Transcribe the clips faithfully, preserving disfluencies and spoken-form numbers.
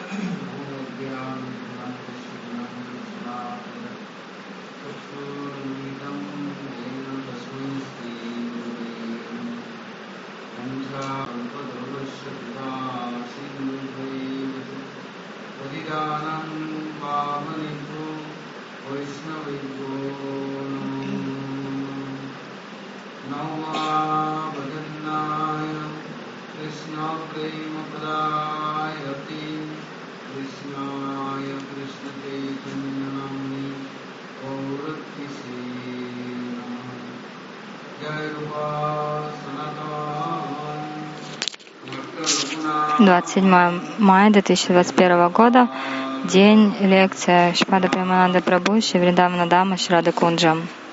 двадцать седьмое мая две тысячи двадцать первого года, день, лекция Шрипада Премананда Прабху, Шри Вриндавана Дама, Шри Рада Кунджа.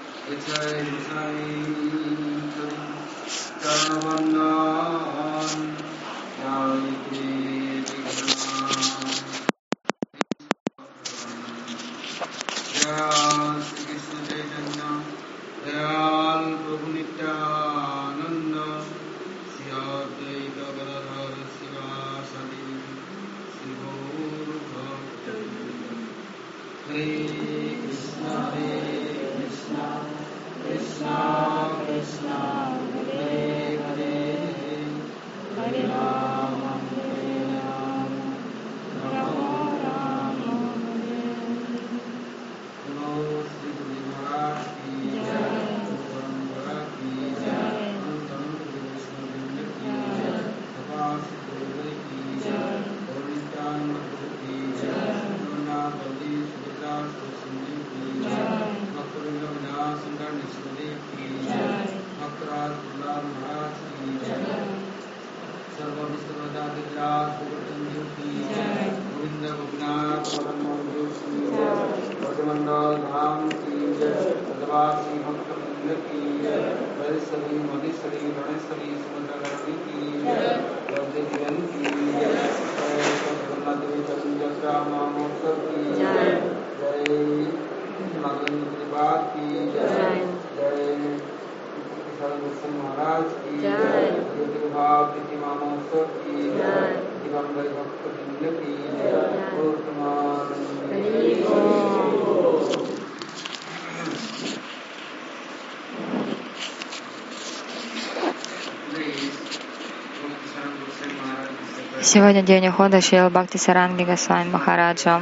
Сегодня день ухода Шрила Бхактисаранги Госвами Махараджа.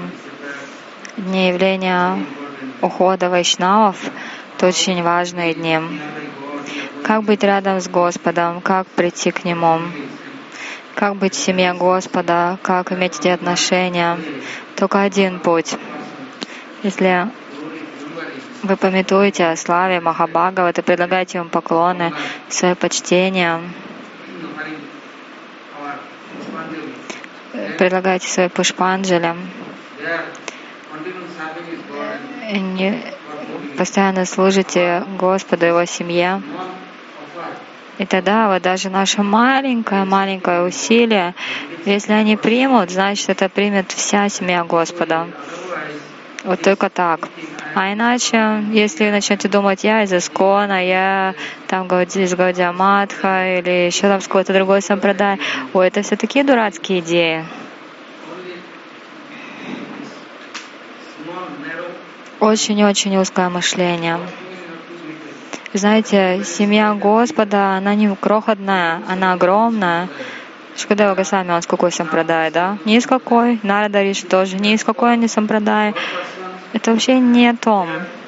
Дни явления ухода вайшнавов — это очень важные дни. Как быть рядом с Господом, как прийти к Нему, как быть в семье Господа, как иметь эти отношения. Только один путь. Если вы памятуете о славе Махабхагавата, предлагаете Ему поклоны, свое почтение, предлагаете свои пушпанджали, постоянно служите Господу, Его семье, и тогда вот даже наше маленькое-маленькое усилие, если они примут, значит, это примет вся семья Господа. Вот только так. А иначе, если вы начнете думать, я из Искона, я там из Гаудия Матха или еще там с какой-то другой сампрадай, ой, это все такие дурацкие идеи. Очень-очень узкое мышление. Знаете, семья Господа, она не крохотная, она огромная. Шукадева Госвами, он с какой сампрадай, да? Ни из какой. Нарада Риши тоже. Ни из какой они сампрадай. Это вообще не о том.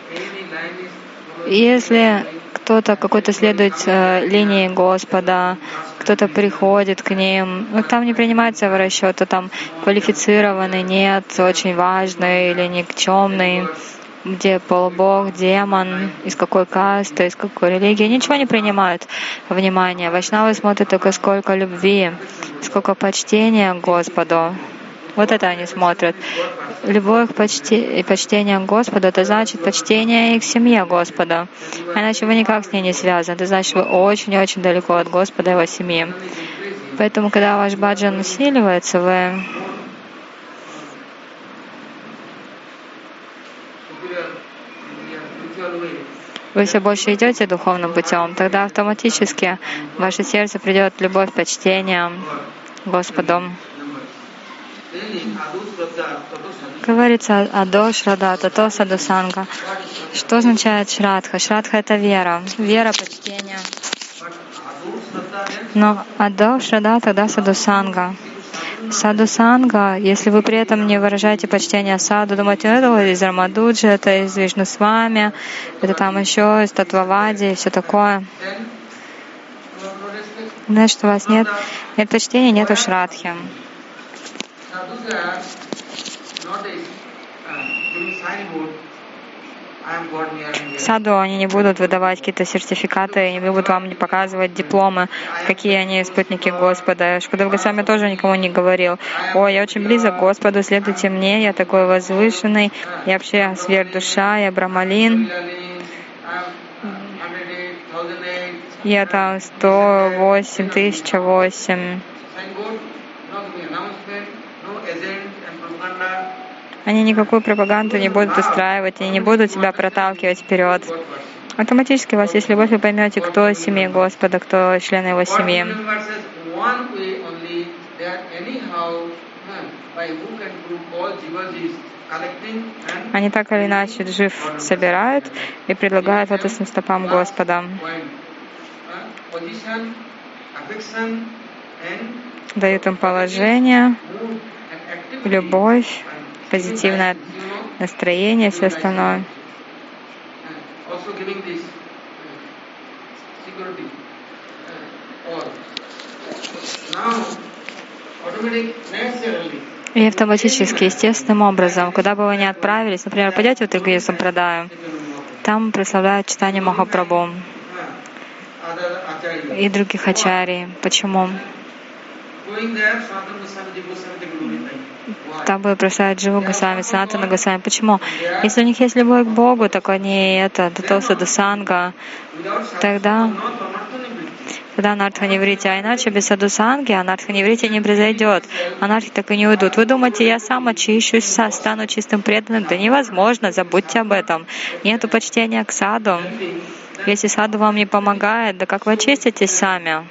Если кто-то какой-то следует э, линии Господа, кто-то приходит к ним, ну, там не принимается в расчет, а там квалифицированный, нет, очень важный или никчемный, где полубог, демон, из какой касты, из какой религии, ничего не принимают во внимание. Вайшнавы смотрят только сколько любви, сколько почтения к Господу. Вот это они смотрят. Любовь и почтение к Господу — это значит почтение и к семье Господа. А иначе вы никак с ней не связаны. Это значит, вы очень-очень далеко от Господа и Его семьи. Поэтому, когда ваш баджан усиливается, вы вы все больше идете духовным путем, тогда автоматически в ваше сердце придет любовь, почтение Господу. Говорится «адо шрада тато садхусанга». Что означает шрадха? Шрадха — это вера. Вера, почтение. Но адо шрада тогда садхусанга. Садхусанга, если вы при этом не выражаете почтение саду, думаете, ну, это из Рамадуджи, это из Вишнусвами, это там еще из Татвавади и все такое. Значит, у вас нет, нет почтения, нету шрадхи. Саду они не будут выдавать какие-то сертификаты, не будут вам не показывать дипломы, какие они спутники Господа. Шукадев Госвами тоже никому не говорил: «Ой, я очень близок к Господу, следуйте мне, я такой возвышенный, я вообще сверхдуша, я брамалин, я там сто восемь, тысяча восемь». Они никакую пропаганду не будут устраивать, они не будут тебя проталкивать вперед. Автоматически у вас есть любовь, вы поймете, кто из семьи Господа, кто члены Его семьи. Они так или иначе джив собирают и предлагают лотосным стопам Господа. Дают им положение, любовь, позитивное настроение, все остальное. И автоматически, естественным образом, куда бы вы ни отправились, например, пойдете в Тригвия Сампрадаю, там прославляют читание Махапрабху и других ачарий. Почему? Там будут прославлять Дживу Госвами, Санатана Госвами. Почему? Если у них есть любовь к Богу, так они это, Дато Садхусанга, тогда тогда анарханеврити. А иначе без садхусанги анарханеврити не произойдет. Анархи так и не уйдут. Вы думаете, я сам очищусь, стану чистым преданным? Да невозможно, забудьте об этом. Нету почтения к саду. Если саду вам не помогает, да как вы очиститесь сами?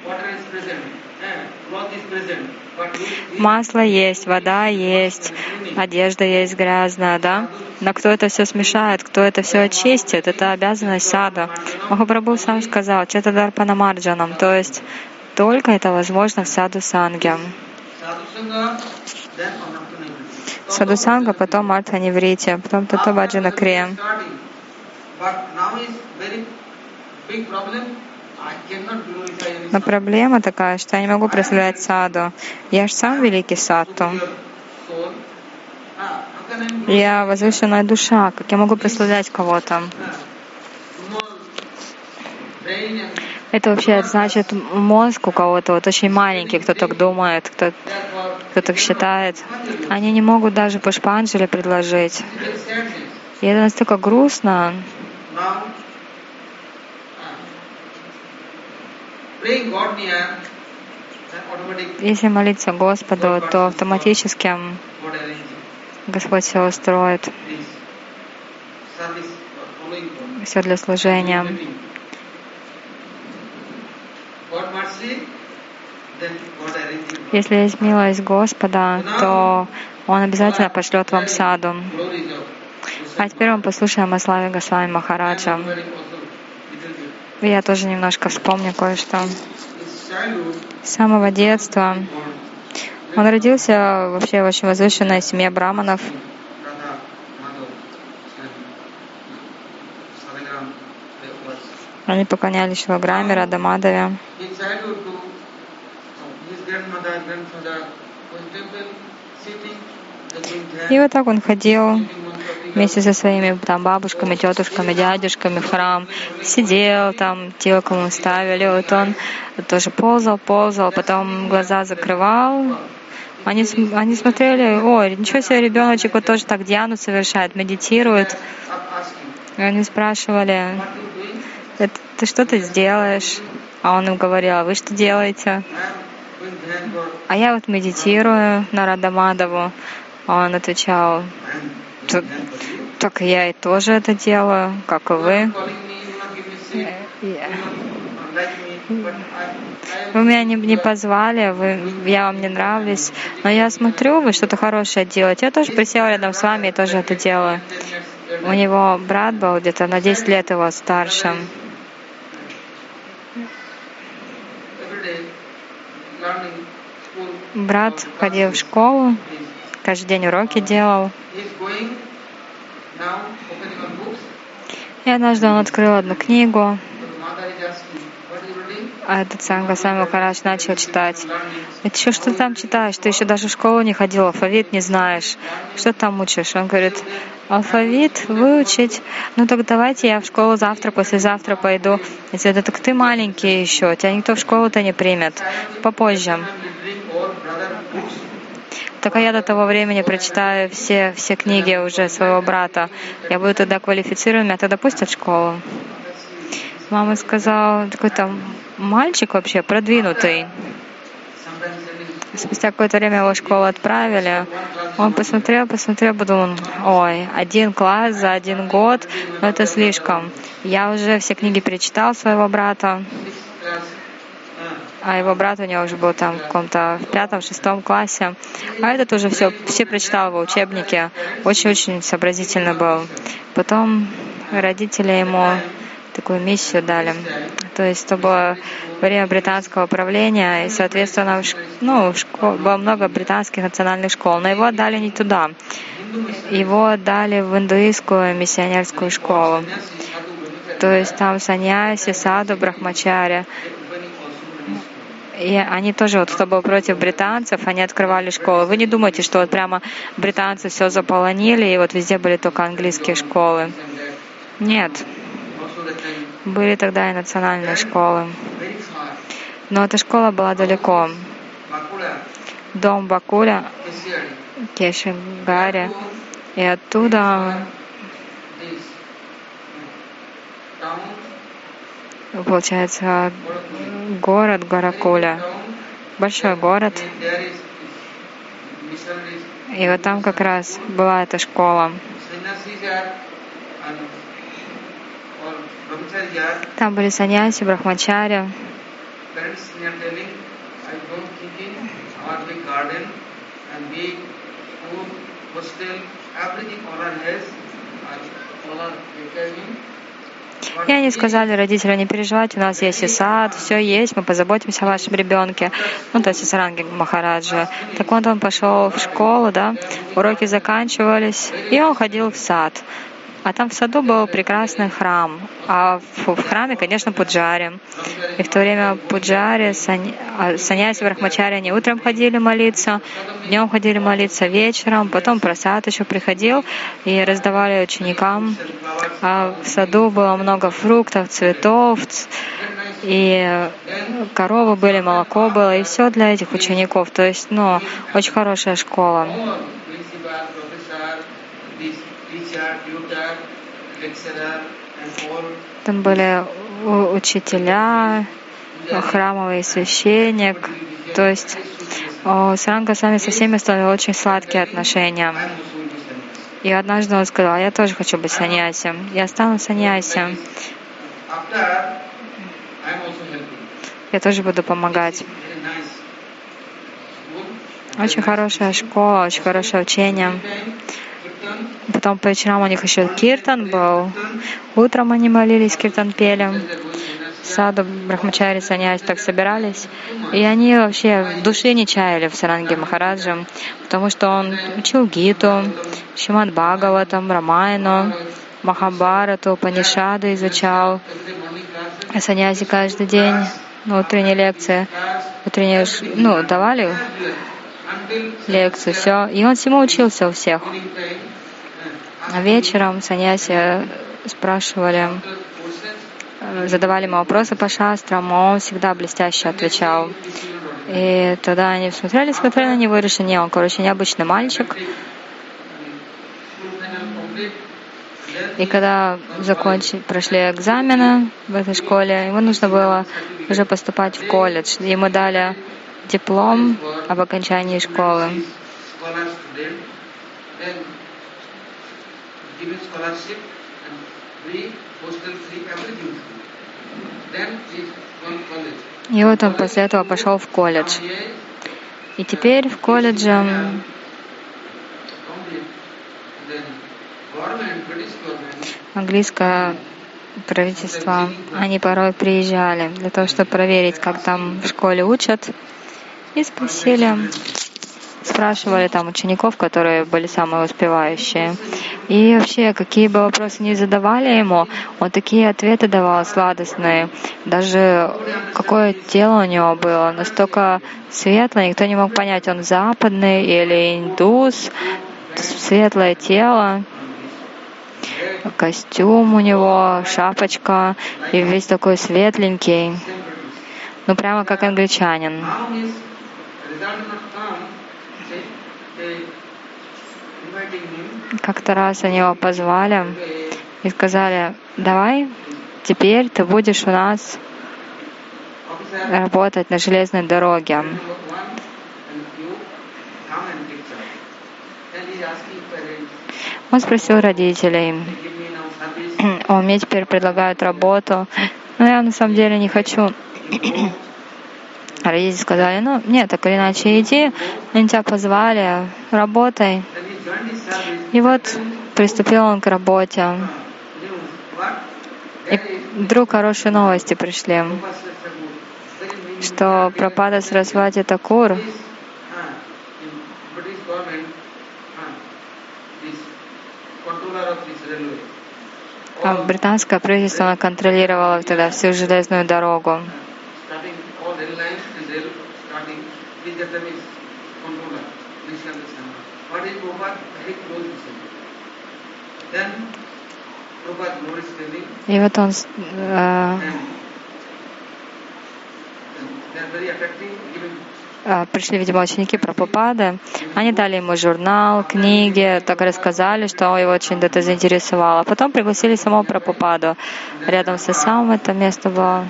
Масло есть, вода есть, одежда есть грязная, да? Но кто это все смешает, кто это все очистит, это обязанность сада. Махапрабху сам сказал, Четадарпана Марджанам, то есть только это возможно в саду санге. Саду санга, потом артханеврити, потом тато баджана крия. Но проблема такая, что я не могу прославлять саду. Я же сам великий сатту. Я возвышенная душа. Как я могу прославлять кого-то? Это вообще значит мозг у кого-то вот очень маленький, кто так думает, кто, кто так считает. Они не могут даже пушпанджали предложить. И это настолько грустно. Если молиться Господу, то автоматически Господь все устроит. Все для служения. Если есть милость Господа, то Он обязательно пошлет вам саду. А теперь мы послушаем о славе Госвами Махараджа. Я тоже немножко вспомню кое-что. С самого детства он родился вообще в очень возвышенной семье браманов. Они поклонялись Шилаграме, Радамадаве. И вот так он ходил вместе со своими там бабушками, тетушками, дядюшками в храм, сидел там, телком ему ставили, вот он тоже ползал, ползал, потом глаза закрывал. Они, они смотрели, ой, ничего себе, ребеночек вот тоже так дьяну совершает, медитирует. И они спрашивали, ты что ты сделаешь? А он им говорил, а вы что делаете? А я вот медитирую на Радамадаву. А он отвечал, так я и тоже это делаю, как и вы. вы меня не, не позвали, вы, я вам не нравлюсь, но я смотрю, вы что-то хорошее делаете. Я тоже присела рядом с вами и тоже это делаю. У него брат был где-то на десять лет его старше. Брат ходил в школу, каждый день уроки делал. И однажды он открыл одну книгу, а этот сам Госвами Махарадж начал читать. И ты еще что ты там читаешь? Ты еще даже в школу не ходил, алфавит не знаешь. Что ты там учишь? Он говорит, алфавит выучить? Ну так давайте я в школу завтра, послезавтра пойду. Я говорю, да так ты маленький еще, тебя никто в школу-то не примет. Попозже. Только я до того времени прочитаю все, все книги уже своего брата. Я буду тогда квалифицирован, меня тогда пустят в школу. Мама сказала, такой там мальчик вообще продвинутый. Спустя какое-то время его в школу отправили. Он посмотрел, посмотрел, подумал, ой, один класс за один год, ну это слишком. Я уже все книги перечитал своего брата. А его брат у него уже был там в каком-то в пятом, шестом классе. А этот уже все, все прочитал его учебники. Очень-очень сообразительный был. Потом родители ему такую миссию дали. То есть это было время британского правления, и, соответственно, в, ну, в школ, было много британских национальных школ, но его отдали не туда. Его отдали в индуистскую миссионерскую школу. То есть там саньяси, саду, брахмачари. И они тоже, вот кто был против британцев, они открывали школы. Вы не думайте, что вот прямо британцы все заполонили, и вот везде были только английские школы. Нет. Были тогда и национальные школы. Но эта школа была далеко. Дом Бакуля, Кешигари. И оттуда получается город Гаракуля. Большой город. И вот там как раз была эта школа. Там были саньяси, брахмачари. И они сказали родителям, не переживайте, у нас есть и сад, все есть, мы позаботимся о вашем ребенке. Ну, то есть о Саранги Махараджа. Так вот он пошел в школу, да, уроки заканчивались, и он ходил в сад. А там в саду был прекрасный храм. А в храме, конечно, пуджари. И в то время пуджари, саньяси, брахмачари, они утром ходили молиться, днем ходили молиться, вечером, потом прасад еще приходил и раздавали ученикам. А в саду было много фруктов, цветов, и коровы были, молоко было, и все для этих учеников. То есть, ну, очень хорошая школа. Там были учителя, храмовый священник. То есть у Саранга Госвами со всеми установил очень сладкие отношения. И однажды он сказал, я тоже хочу быть саньяси. Я стану саньяси. Я тоже буду помогать. Очень хорошая школа, очень хорошее учение. Потом по вечерам у них еще киртан был. Утром они молились, киртан пели. В саду брахмачари, саньяси так собирались. И они вообще души не чаяли в Саранге Махараджа, потому что он учил Гиту, Шримад Бхагаватам, Рамайну, Махабхарату, Панишады изучал. А саньяси каждый день на утренней лекции, утренние, ну, давали лекцию, все. И он всему учился у всех. А вечером саньяси спрашивали, задавали ему вопросы по шастрам, а он всегда блестяще отвечал. И тогда они смотрели, смотрели на него и решили, не, он, короче, необычный мальчик. И когда закончили, прошли экзамены в этой школе, ему нужно было уже поступать в колледж. Ему дали диплом об окончании школы. И вот он после этого пошел в колледж. И теперь в колледже английское правительство, они порой приезжали для того, чтобы проверить, как там в школе учат, и спросили, спрашивали там учеников, которые были самые успевающие. И вообще, какие бы вопросы ни задавали ему, он такие ответы давал сладостные. Даже какое тело у него было, настолько светлое, никто не мог понять, он западный или индус, светлое тело, костюм у него, шапочка, и весь такой светленький, ну прямо как англичанин. Как-то раз они его позвали и сказали: давай, теперь ты будешь у нас работать на железной дороге. Он спросил родителей: о, мне теперь предлагают работу, но я на самом деле не хочу. Родители сказали: ну, нет, так или иначе иди, они тебя позвали, работай. И вот приступил он к работе. И вдруг хорошие новости пришли, что Прабхупада Сарасвати Такур а британское правительство контролировало тогда всю железную дорогу. И вот он э, э, пришли, видимо, ученики Прабхупады. Они дали ему журнал, книги, так рассказали, что его очень это заинтересовало. Потом пригласили самого Прабхупаду. Рядом с Исамом это место было.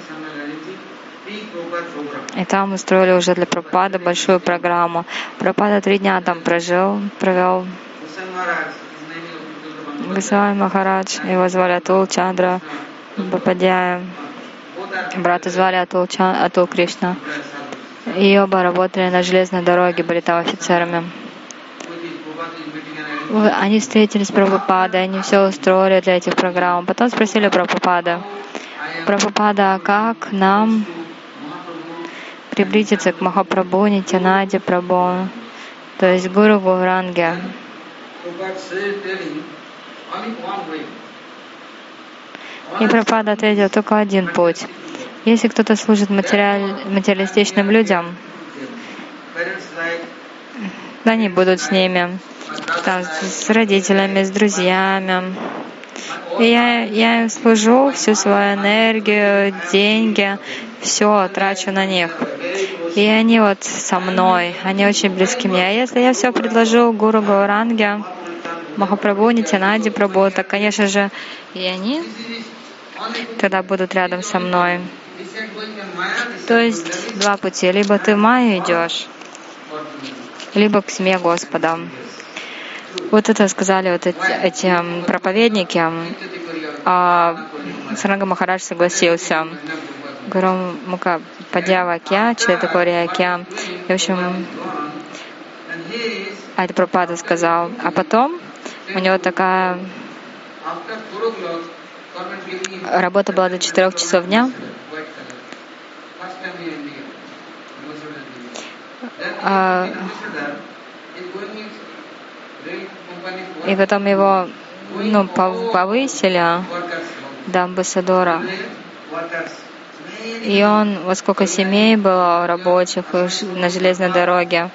И там устроили уже для Прабхупады большую программу. Прабхупада три дня там прожил, провел. Госвами Махарадж, его звали Атул Чандра Бападьяя, брата звали Атул, Чан, Атул Кришна. И оба работали на железной дороге, были там офицерами. Они встретились с Прабхупадой, они все устроили для этих программ. Потом спросили Прабхупада: Прабхупада, а как нам приблизиться к Махапрабху, Нитянаде Прабху, то есть Гуру Гауранге? И Прабхупада ответил: только один путь. Если кто-то служит материаль... материалистичным людям, они будут с ними, там, с родителями, с друзьями. И я, я им служу, всю свою энергию, деньги, все трачу на них. И они вот со мной, они очень близки мне. А если я все предложу Гуру Гауранге, Махапрабху, Нитянаде Прабху, так, конечно же, и они тогда будут рядом со мной. То есть два пути. Либо ты в Майю идешь, либо к семье Господа. Вот это сказали вот эти, эти проповедники. А Саранга Махарадж согласился. Гуру Мука Падьява Кя, Чайтакория Кя. В общем, а это Прабхупада сказал. А потом у него такая работа была до четырех часов дня. А, и потом его ну, повысили до амбассадора. И он, вот сколько семей было рабочих на железной дороге.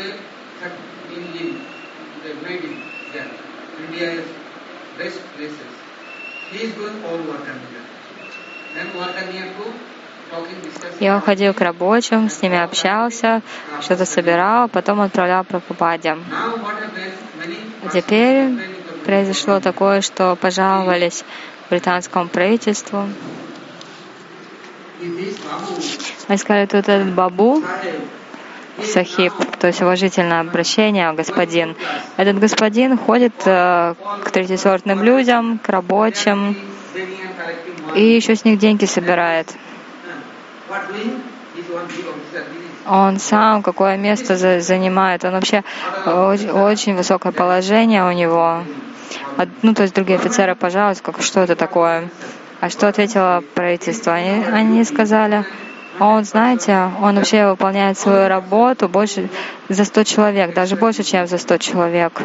И он ходил к рабочим, с ними общался, что-то собирал, потом отправлял Прабхупаде. А теперь произошло такое, что пожаловались британскому правительству. Они сказали: тут этот Бабу Сахиб, то есть уважительное обращение, господин. Этот господин ходит э, к третьесортным людям, к рабочим, и еще с них деньги собирает. Он сам какое место за- занимает, он вообще очень, очень высокое положение у него. А, Ну, то есть другие офицеры, пожалуйста, как, что это такое? А что ответило правительство? Они, они сказали, а он, знаете, он вообще выполняет свою работу больше за сто человек, даже больше, чем за сто человек.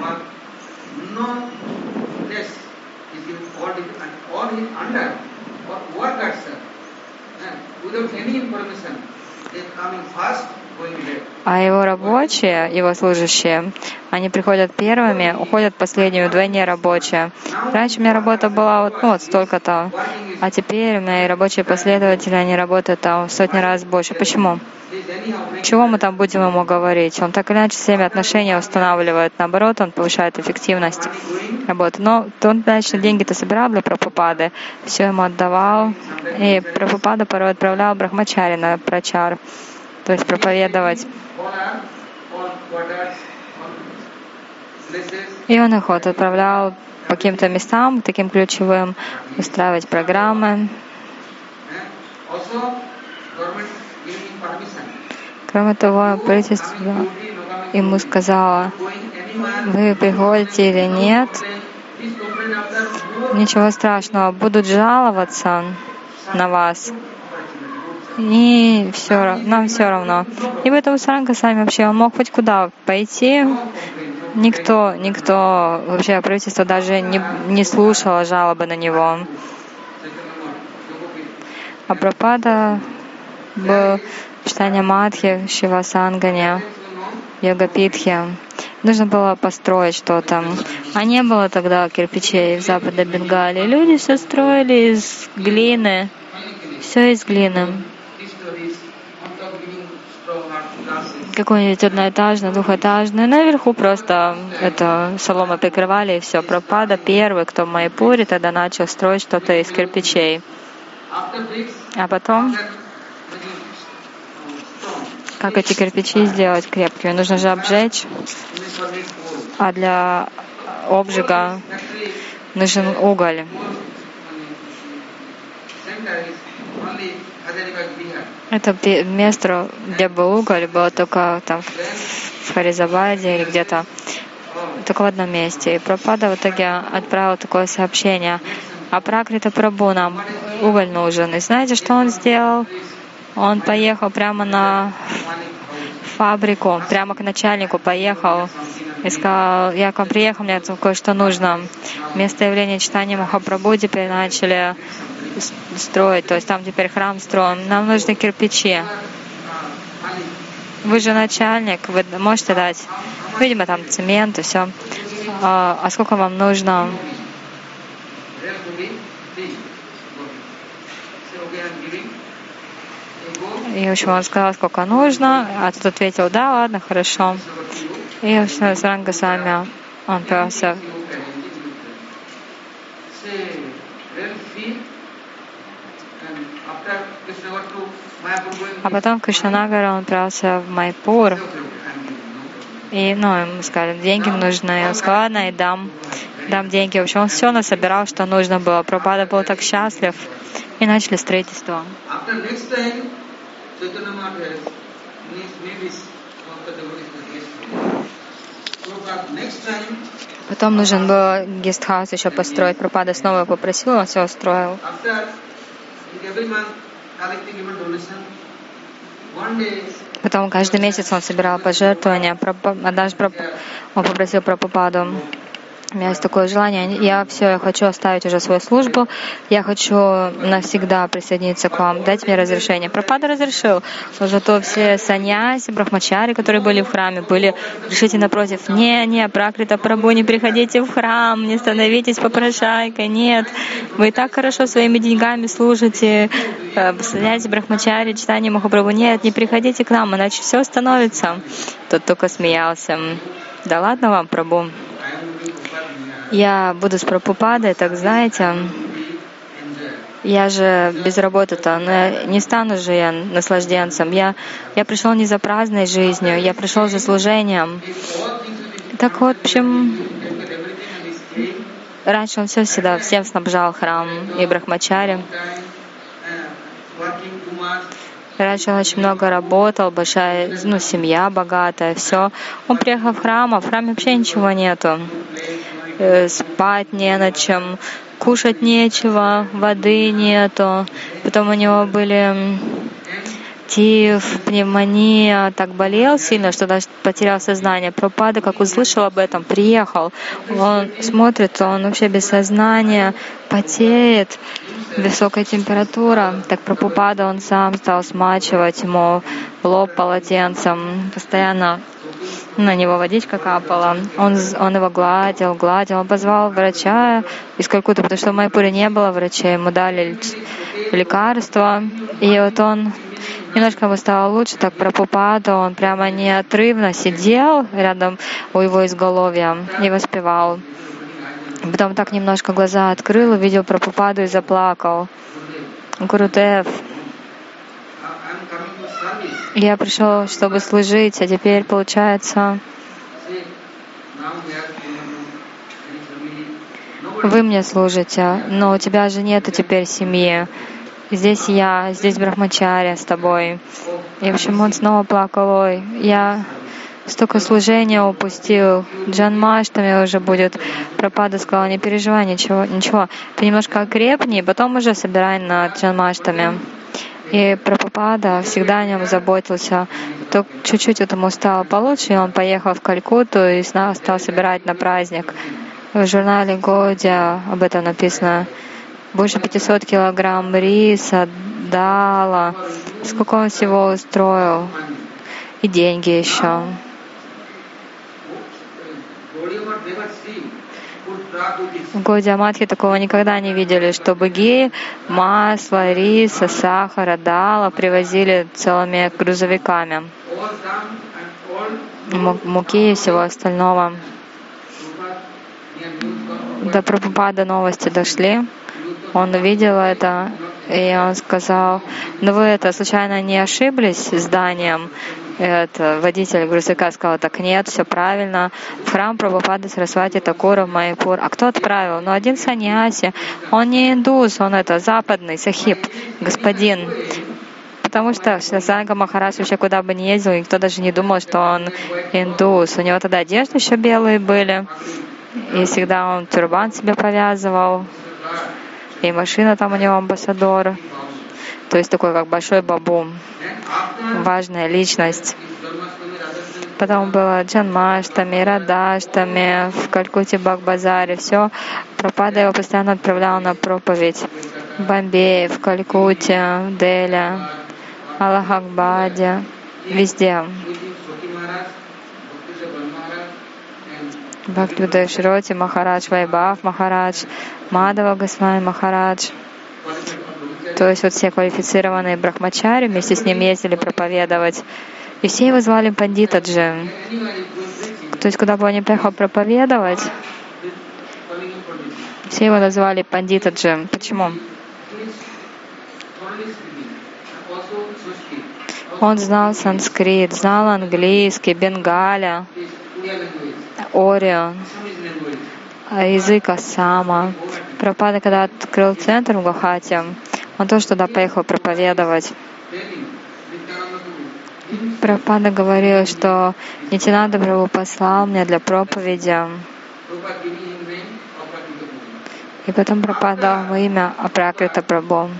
А его рабочие, его служащие, они приходят первыми, уходят последними, вдвойне рабочие. Раньше у меня работа была вот, ну, вот столько-то, а теперь у меня и рабочие последователи, они работают там в сотни раз больше. Почему? Чего мы там будем ему говорить? Он так или иначе всеми отношения устанавливает. Наоборот, он повышает эффективность работы. Но он, значит, деньги-то собирал для Прабхупады, все ему отдавал. И Прабхупада порой отправлял брахмачари на прачар, то есть проповедовать. И он их вот отправлял по каким-то местам, таким ключевым, устраивать программы. Кроме того, правительство ему сказало, вы приходите или нет, ничего страшного, будут жаловаться на вас. И все, нам все равно. И поэтому Саранга сами вообще, он мог хоть куда пойти. Никто, никто, вообще правительство даже не, не слушало жалобы на него. А Прабхупада был в Чайтанья Мадхе, Шивасангане, Йогапитхе. Нужно было построить что-то. А не было тогда кирпичей в Западной Бенгалии. Люди все строили из глины. Все из глины. Какой-нибудь одноэтажный, двухэтажный. Наверху просто это солома прикрывали, и все. Прабхупада первый, кто в Майяпуре тогда начал строить что-то из кирпичей. А потом, как эти кирпичи сделать крепкими? Нужно же обжечь. А для обжига нужен уголь. Это место, где был уголь, было только там в Харизабаде или где-то, только в одном месте. И Прабхупада в итоге отправил такое сообщение: а Пракрита Прабху, нам уголь нужен. И знаете, что он сделал? Он поехал прямо на фабрику, прямо к начальнику поехал и сказал: я к вам приехал, мне тут кое-что нужно. Место явления Чайтаньи Махапрабху теперь начали строить, то есть там теперь храм строим. Нам нужны кирпичи. Вы же начальник, вы можете дать, видимо, там цемент и все. А, а сколько вам нужно? И, в общем, он сказал, сколько нужно, а тот ответил: да, ладно, хорошо. И, в общем, Саранга Госвами, он просто А потом в Кришнанагар он отправился в Майпур. И, ну, ему сказали, деньги нужны. Он сказал: ладно, и дам, дам деньги. В общем, он все насобирал, что нужно было. Прабхупада был так счастлив. И начали строительство. Потом нужен был гестхаус еще построить. Прабхупада снова попросил, он все устроил. Потом каждый месяц он собирал пожертвования. Однажды он попросил Прабхупаду: у меня есть такое желание, я все, я хочу оставить уже свою службу, я хочу навсегда присоединиться к вам, дайте мне разрешение. Прабхупада разрешил, но зато все саньяси, брахмачари, которые были в храме, были решительно против. Не, не, Пракрита Прабху, не приходите в храм, не становитесь попрошайкой, нет, вы и так хорошо своими деньгами служите, саньяси, брахмачари, Чайтанья Махапрабху, нет, не приходите к нам, иначе все остановится. Тот только смеялся. Да ладно вам, Прабху. Я буду с Прабхупадой, так знаете, я же без работы-то, но не стану же я наслажденцем. Я, я пришел не за праздной жизнью, я пришел за служением. Так вот, в общем, раньше он все всегда всем снабжал храм и брахмачари. Раньше он очень много работал, большая, ну, семья богатая, все. Он приехал в храм, а в храме вообще ничего нету. Э, спать не на чем, кушать нечего, воды нету. Потом у него были тиф, пневмония, так болел сильно, что даже потерял сознание. Прабхупада, как услышал об этом, приехал. Он смотрит, он вообще без сознания, потеет, высокая температура. Так Прабхупада, он сам стал смачивать ему лоб полотенцем, постоянно на него водичка капала. Он, он его гладил, гладил. Он позвал врача из Калькутты, потому что в Майпуре не было врачей. Ему дали лекарства. И вот он немножко ему стало лучше, так Прабхупада, он прямо неотрывно сидел рядом у его изголовья и воспевал. Потом так немножко глаза открыл, увидел Прабхупаду и заплакал. Гурудев, я пришел, чтобы служить, а теперь получается, вы мне служите, но у тебя же нету теперь семьи. Здесь я, здесь Брахмачарья с тобой. И в общем он снова плакал, ой, я столько служения упустил, Джанмаштами уже будет. Прабхупада сказала, не переживай, ничего, ничего, ты немножко окрепни, потом уже собирай на Джанмаштами. И Прабхупада всегда о нем заботился. То чуть-чуть вот ему стало получше, и он поехал в Калькутту и снова стал собирать на праздник. В журнале Годия об этом написано. Больше пятисот килограмм риса, дала. Сколько он всего устроил. И деньги еще. В Гаудия Матхе такого никогда не видели, чтобы геи масло, риса, сахара, дала привозили целыми грузовиками. Муки и всего остального. До Прабхупады новости дошли. Он увидел это, и он сказал, ну вы это случайно не ошиблись зданием? Это, водитель грузовика сказал, так нет, все правильно. В храм Прабхупады Сарасвати Такура в Майпур. А кто отправил? Ну один саньяси. Он не индус, он это западный, сахиб, господин. Потому что Санга Махарадж вообще куда бы ни ездил, никто даже не думал, что он индус. У него тогда одежды еще белые были. И всегда он тюрбан себе повязывал. И машина там у него амбассадор. То есть такой как большой бабу. Важная личность. Потом было Джанмаштами, Радаштами, в Калькутте, Бак-базаре. Все. Прабхупада его постоянно отправлял на проповедь. В Бомбее, в Калькутте, в Дели, Аллахабаде. Везде. Бхактивинода Широти Махарадж, Вайбав Махарадж, Мадава Госвами Махарадж. То есть вот все квалифицированные брахмачари вместе с ним ездили проповедовать. И все его звали Пандитаджи. То есть куда бы он ни приехал проповедовать, все его называли Пандитаджи. Почему? Он знал санскрит, знал английский, бенгаля, Орион, язык Ассама. Прабхупада, когда открыл центр в Гуахати, он тоже туда поехал проповедовать. Прабхупада говорил, что Нитянанда Прабху послал меня для проповеди. И потом Прабхупада дал ему имя Апракрита Прабху.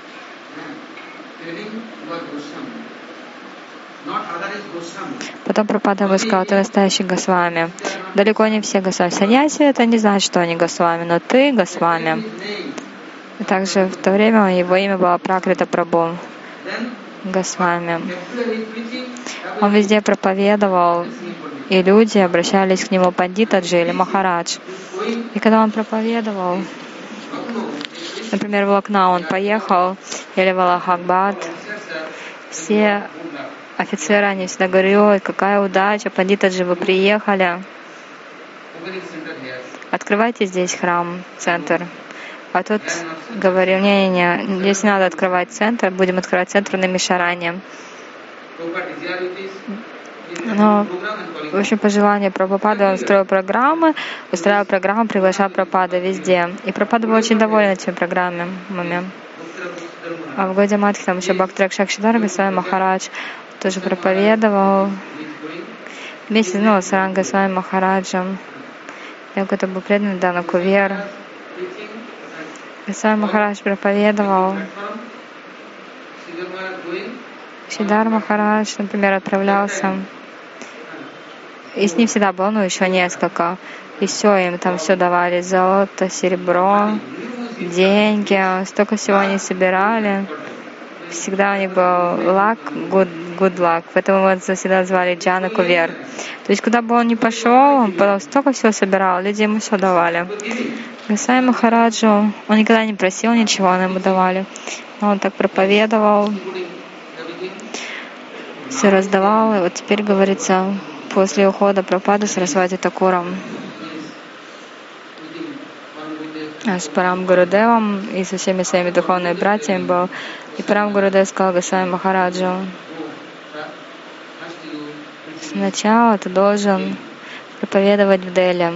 Потом Прабхупада ему сказал, ты настоящий Госвами. Далеко не все Госвами. Саньяси это не значит, что они Госвами, но ты Госвами. И также в то время его имя было Апракрита Прабху. Госвами. Он везде проповедовал, и люди обращались к нему Пандитаджи или Махарадж. И когда он проповедовал, например, в Лакнау он поехал, или в Аллахабад, все офицеры, они всегда говорили, ой, какая удача, Пандитаджи, вы приехали. Открывайте здесь храм, центр. А тот говорил, не-не-не, здесь не надо открывать центр, будем открывать центр на Мишаране. Но, в общем, по желанию Прабхупады он строил программы, устраивал программы, приглашал Прабхупаду везде. И Прабхупада был очень доволен этими программами. А в Гаудия-матхе там еще Бхактиракшакшидар Госвами Махарадж тоже проповедовал вместе, ну, с Ранга Госвами Махараджем. Я какой-то был преданный Дана Кувер. Госвами Махарадж проповедовал. Сидар Махарадж, например, отправлялся. И с ним всегда было, ну, еще несколько. И все, им там все давали: золото, серебро, деньги, столько всего они собирали. Всегда у них был luck, good, good luck. Поэтому его всегда звали Джана Кувер. То есть куда бы он ни пошел, он потом столько всего собирал, люди ему все давали. Госвами Махараджу он никогда не просил ничего, он ему давали. Но он так проповедовал, все раздавал. И вот теперь говорится, после ухода Прабхупады Сарасвати Такуром с Парам Гурудевом и со всеми своими духовными братьями был. И Парам Гурудев сказал Госвами Махараджу: сначала ты должен проповедовать в Дели.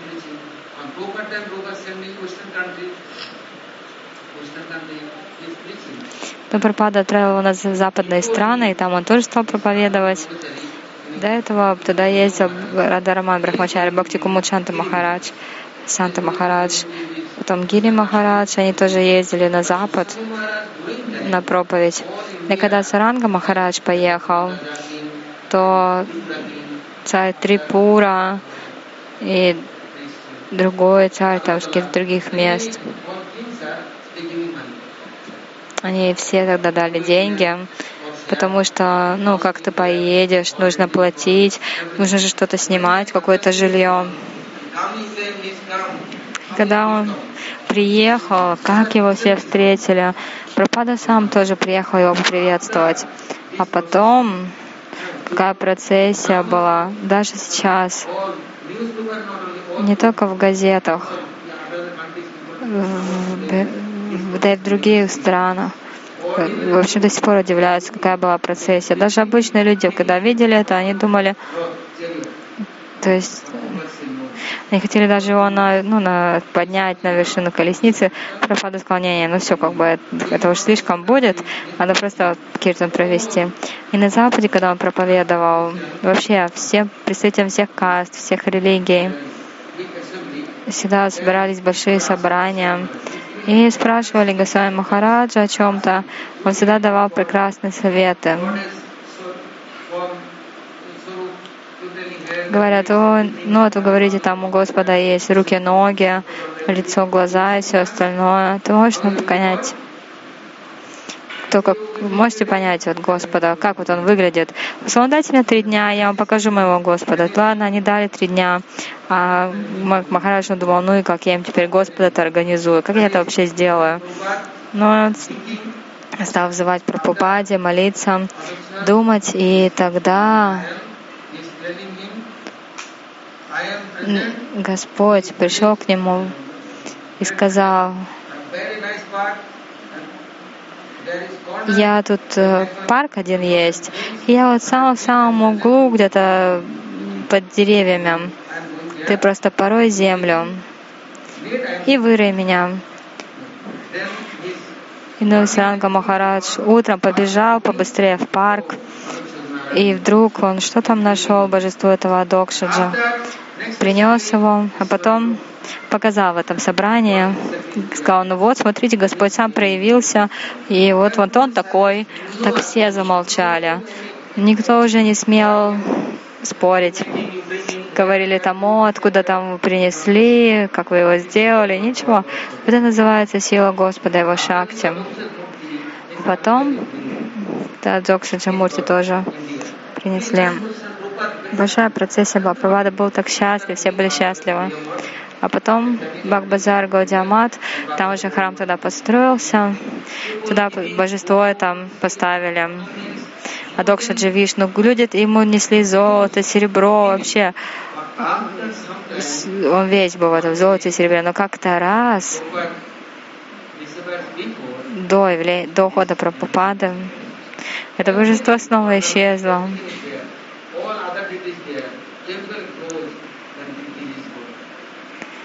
То Прабхупада отправил его на западные страны, и там он тоже стал проповедовать. До этого туда ездил Радхараман Брахмачари, Бхакти Кумуд Шанта Махарадж, Санта Махарадж, потом Гири Махарадж, они тоже ездили на запад на проповедь. И когда Саранга Махарадж поехал, то царь Трипура и другой царь там с каких-то других мест, они все тогда дали деньги, потому что, ну, как ты поедешь, нужно платить, нужно же что-то снимать, какое-то жилье. Когда он приехал, как его все встретили. Прабхупада сам тоже приехал его поприветствовать. А потом, какая процессия была, даже сейчас, не только в газетах, в, да и в других странах. В общем, до сих пор удивляются, какая была процессия. Даже обычные люди, когда видели это, они думали, то есть они хотели даже его на, ну, на, поднять на вершину колесницы. Прабхупада сказал: не, не, ну все, как бы это, это уж слишком будет, надо просто киртан провести. И на Западе, когда он проповедовал, вообще всем представителям всех каст, всех религий, всегда собирались большие собрания и спрашивали Госвами Махараджа о чем-то. Он всегда давал прекрасные советы. Говорят: о, ну вот вы говорите, там у Господа есть руки, ноги, лицо, глаза и все остальное. То можно понять, только можете понять вот Господа, как вот Он выглядит. Он: дайте мне три дня, я вам покажу моего Господа. Ладно, они дали три дня. А Махарадж думал: ну и как я им теперь Господа-то организую? Как я это вообще сделаю? Но он стал взывать Прабхупаде, молиться, думать, и тогда Господь пришел к нему и сказал: я тут парк один есть, и я вот в самом-самом углу, где-то под деревьями. Ты просто порой землю и вырой меня. И ну, Саранга Махарадж утром побежал побыстрее в парк, и вдруг он что там нашел, божество этого Адокшаджа, принес его, а потом показал в этом собрании, сказал: ну вот, смотрите, Господь сам проявился, и вот, вот он такой. Так все замолчали. Никто уже не смел спорить. Говорили там: о, откуда там вы принесли, как вы его сделали, ничего. Это называется сила Господа, его шакти. Потом Адокшаджа Мурти тоже принесли. Большая процессия была. Прабхупада был так счастлив, все были счастливы. А потом Бхакбазар, Гаудия-мат, там уже храм тогда построился, туда божество там поставили. Адокшаджа Вишну, люди ему несли золото, серебро, вообще. Он весь был в этом золоте и серебре. Но как-то раз до, до ухода Прабхупады это божество снова исчезло.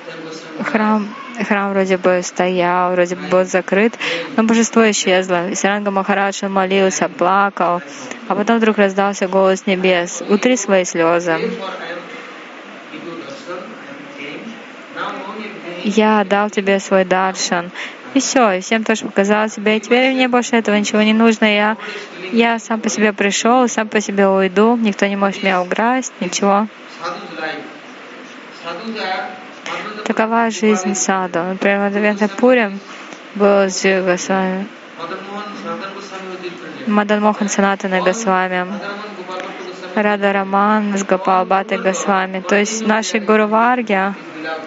Храм, храм вроде бы стоял, вроде бы был закрыт, но божество исчезло. И Саранга Махарадж, он молился, плакал, а потом вдруг раздался голос небес: «Утри свои слезы. Я дал тебе свой даршан». И все, и всем тоже показал себя. И теперь мне больше этого ничего не нужно. Я, я сам по себе пришел, сам по себе уйду. Никто не может меня украсть, ничего. Такова жизнь саду. Например, в Адвентапуре был с Джива Госвами, Мадан Мохан Санатана Госвами, Рада Раман с Гопал Бхаттой Госвами. То есть наши Гуру Варги,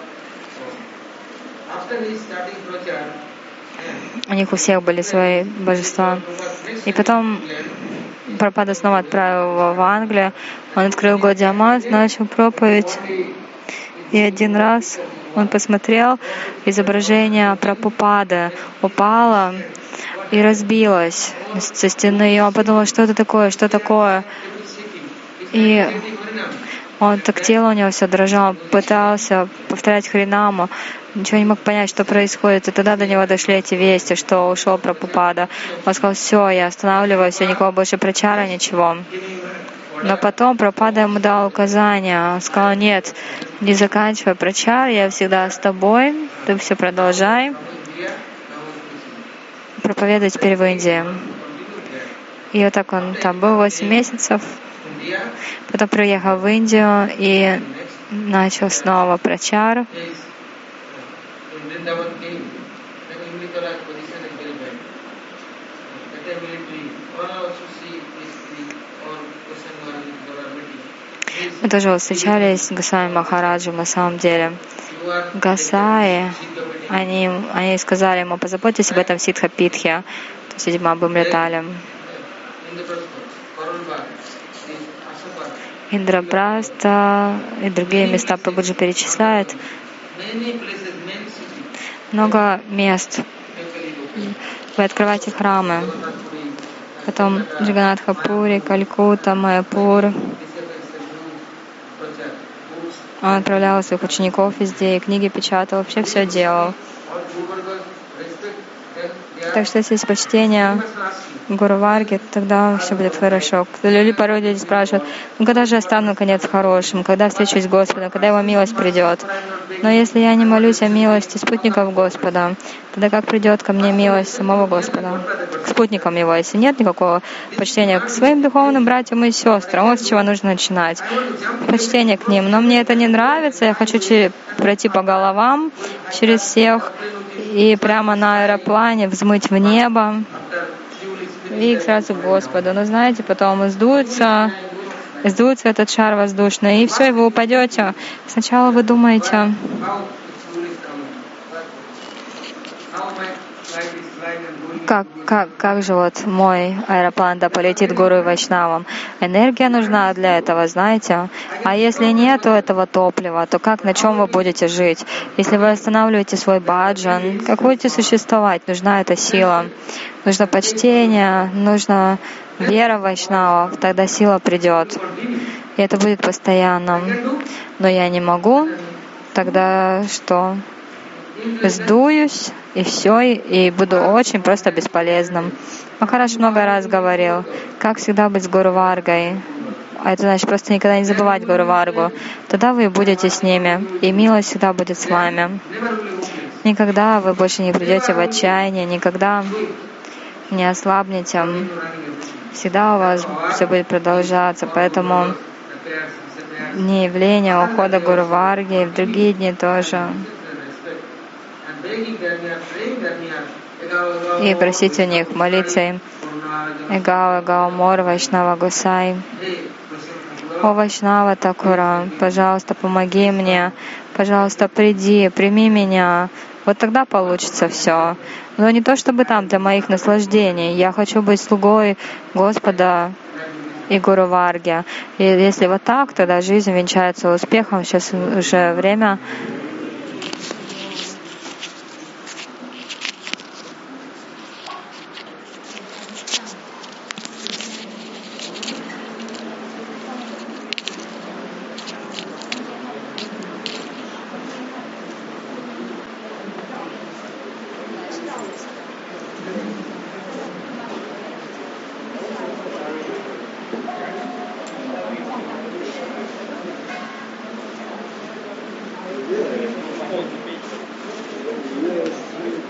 у них у всех были свои божества. И потом Прабхупада снова отправил его в Англию. Он открыл Гаудия Мат, начал проповедь. И один раз он посмотрел, изображение Прабхупады упало и разбилось со стены. И он подумал, что это такое, что такое. И он так тело у него все дрожало, пытался повторять Харинаму, ничего не мог понять, что происходит. И тогда до него дошли эти вести, что ушел Прабхупада. Он сказал: все, я останавливаюсь, я никого больше прачара, ничего. Но потом Прабхупада ему дал указания. Он сказал: нет, не заканчивай прачар, я всегда с тобой, ты все продолжай. Проповедуй теперь в Индии. И вот так он там был восемь месяцев. Потом приехал в Индию и начал снова прачар. Мы тоже вот встречались с Госвами Махараджем на самом деле. Гасаи, они, они сказали ему: позаботьтесь об этом Сидха Питхе, то есть видимо об Амритале. Индрапраста и другие места Прабхуджи перечисляет. Много мест. Вы открываете храмы. Потом Джаганатхапури, Калькутта, Майяпур. Он отправлял своих учеников везде, и книги печатал, вообще все делал. Так что если есть почтение Гуру Варги, тогда все будет хорошо. Люди порой люди спрашивают: ну когда же я стану наконец хорошим, когда встречусь с Господом, когда Его милость придет? Но если я не молюсь о милости спутников Господа, тогда как придет ко мне милость самого Господа? К спутникам Его, если нет никакого почтения к своим духовным братьям и сестрам, вот с чего нужно начинать. Почтение к ним. Но мне это не нравится, я хочу пройти по головам через всех и прямо на аэроплане взмыть в небо и сразу к Господу. Но знаете, потом сдуется, сдуется этот шар воздушный, и все, и вы упадете. Сначала вы думаете: Как, как, как же вот мой аэроплан да полетит Гуру и Вайшнавам? Энергия нужна для этого, знаете. А если нету этого топлива, то как, на чем вы будете жить? Если вы останавливаете свой баджан, как будете существовать? Нужна эта сила. Нужно почтение, нужна вера Вайшнавов, тогда сила придет. И это будет постоянно. Но я не могу, тогда что? Сдуюсь, и все, и буду очень просто бесполезным. Махарадж много раз говорил, как всегда быть с Гуру Варгой. А это значит просто никогда не забывать Гуру Варгу. Тогда вы будете с ними, и милость всегда будет с вами. Никогда вы больше не придете в отчаяние, никогда не ослабнете. Всегда у вас все будет продолжаться. Поэтому дни явления, ухода Гуру Варги, и в другие дни тоже. И просить у них, молиться им: Эгау, Эгау, Мор, Вайшнава Гусай. О Вайшнава Такура, пожалуйста, помоги мне, пожалуйста, приди, прими меня. Вот тогда получится все. Но не то чтобы там для моих наслаждений. Я хочу быть слугой Господа и Гуру Варги. И если вот так, тогда жизнь венчается успехом. Сейчас уже время